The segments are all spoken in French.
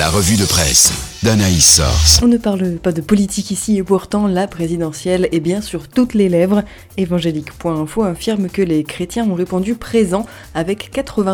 La revue de presse d'Anaïs Source. On ne parle pas de politique ici et pourtant la présidentielle est bien sur toutes les lèvres. Évangélique.info affirme que les chrétiens ont répondu présent avec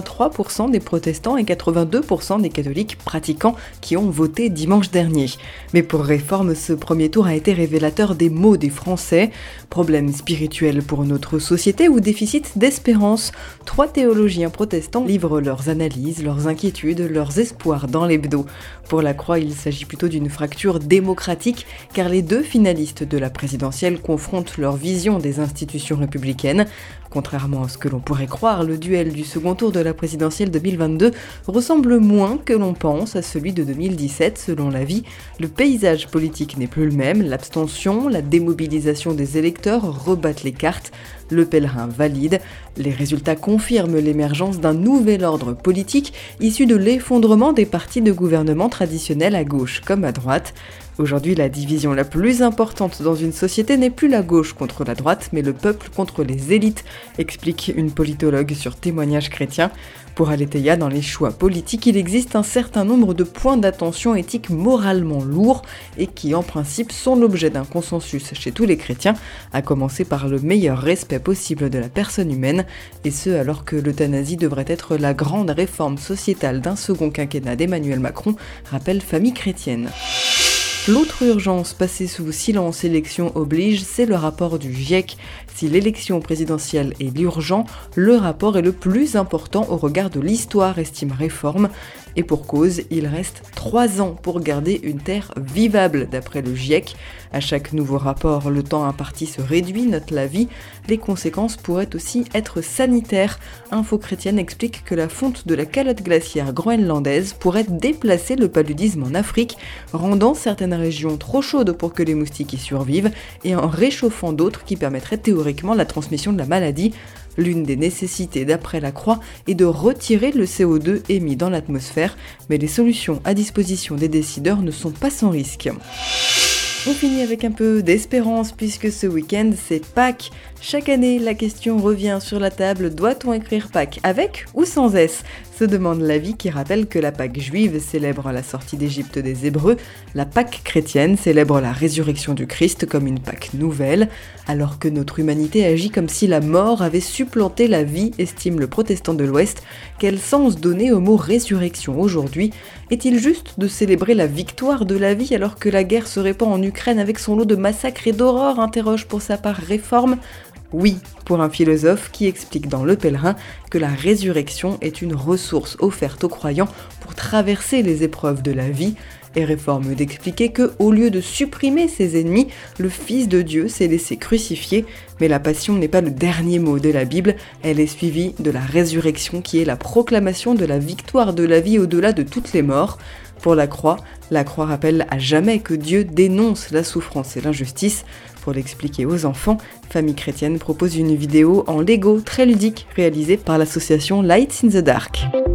83% des protestants et 82% des catholiques pratiquants qui ont voté dimanche dernier. Mais pour Réforme, ce premier tour a été révélateur des maux des Français. Problèmes spirituels pour notre société ou déficit d'espérance. 3 théologiens protestants livrent leurs analyses, leurs inquiétudes, leurs espoirs dans l'hebdo. Pour la Croix, il s'agit plutôt d'une fracture démocratique car les 2 finalistes de la présidentielle confrontent leur vision des institutions républicaines. Contrairement à ce que l'on pourrait croire, le duel du second tour de la présidentielle 2022 ressemble moins que l'on pense à celui de 2017 selon l'avis. Le paysage politique n'est plus le même, l'abstention, la démobilisation des électeurs rebattent les cartes. Le pèlerin valide. Les résultats confirment l'émergence d'un nouvel ordre politique issu de l'effondrement des partis de gouvernement traditionnels à gauche comme à droite. Aujourd'hui, la division la plus importante dans une société n'est plus la gauche contre la droite, mais le peuple contre les élites, explique une politologue sur Témoignages chrétiens. Pour Aletheia, dans les choix politiques, il existe un certain nombre de points d'attention éthiques moralement lourds et qui, en principe, sont l'objet d'un consensus chez tous les chrétiens, à commencer par le meilleur respect possible de la personne humaine, et ce alors que l'euthanasie devrait être la grande réforme sociétale d'un second quinquennat d'Emmanuel Macron, rappelle Famille chrétienne. L'autre urgence passée sous silence élection oblige, c'est le rapport du GIEC. Si l'élection présidentielle est l'urgent, le rapport est le plus important au regard de l'histoire, estime Réforme. Et pour cause, il reste 3 ans pour garder une terre vivable, d'après le GIEC. À chaque nouveau rapport, le temps imparti se réduit, note l'avis. Les conséquences pourraient aussi être sanitaires. Info Chrétienne explique que la fonte de la calotte glaciaire groenlandaise pourrait déplacer le paludisme en Afrique, rendant certaines régions trop chaudes pour que les moustiques y survivent et en réchauffant d'autres qui permettraient théoriquement la transmission de la maladie. L'une des nécessités d'après la Croix est de retirer le CO2 émis dans l'atmosphère, mais les solutions à disposition des décideurs ne sont pas sans risque. On finit avec un peu d'espérance puisque ce week-end c'est Pâques. Chaque année, la question revient sur la table, doit-on écrire Pâques avec ou sans S ? Se demande l'avis qui rappelle que la Pâque juive célèbre la sortie d'Égypte des Hébreux, la Pâque chrétienne célèbre la résurrection du Christ comme une Pâque nouvelle, alors que notre humanité agit comme si la mort avait supplanté la vie, estime le protestant de l'Ouest. Quel sens donner au mot résurrection aujourd'hui ? Est-il juste de célébrer la victoire de la vie alors que la guerre se répand en Ukraine avec son lot de massacres et d'horreurs, interroge pour sa part Réforme. Oui, pour un philosophe qui explique dans Le Pèlerin que la résurrection est une ressource offerte aux croyants pour traverser les épreuves de la vie, et Réforme d'expliquer que, au lieu de supprimer ses ennemis, le Fils de Dieu s'est laissé crucifier, mais la passion n'est pas le dernier mot de la Bible, elle est suivie de la résurrection qui est la proclamation de la victoire de la vie au-delà de toutes les morts. Pour la Croix rappelle à jamais que Dieu dénonce la souffrance et l'injustice. Pour l'expliquer aux enfants, Famille chrétienne propose une vidéo en Lego très ludique réalisée par l'association Lights in the Dark.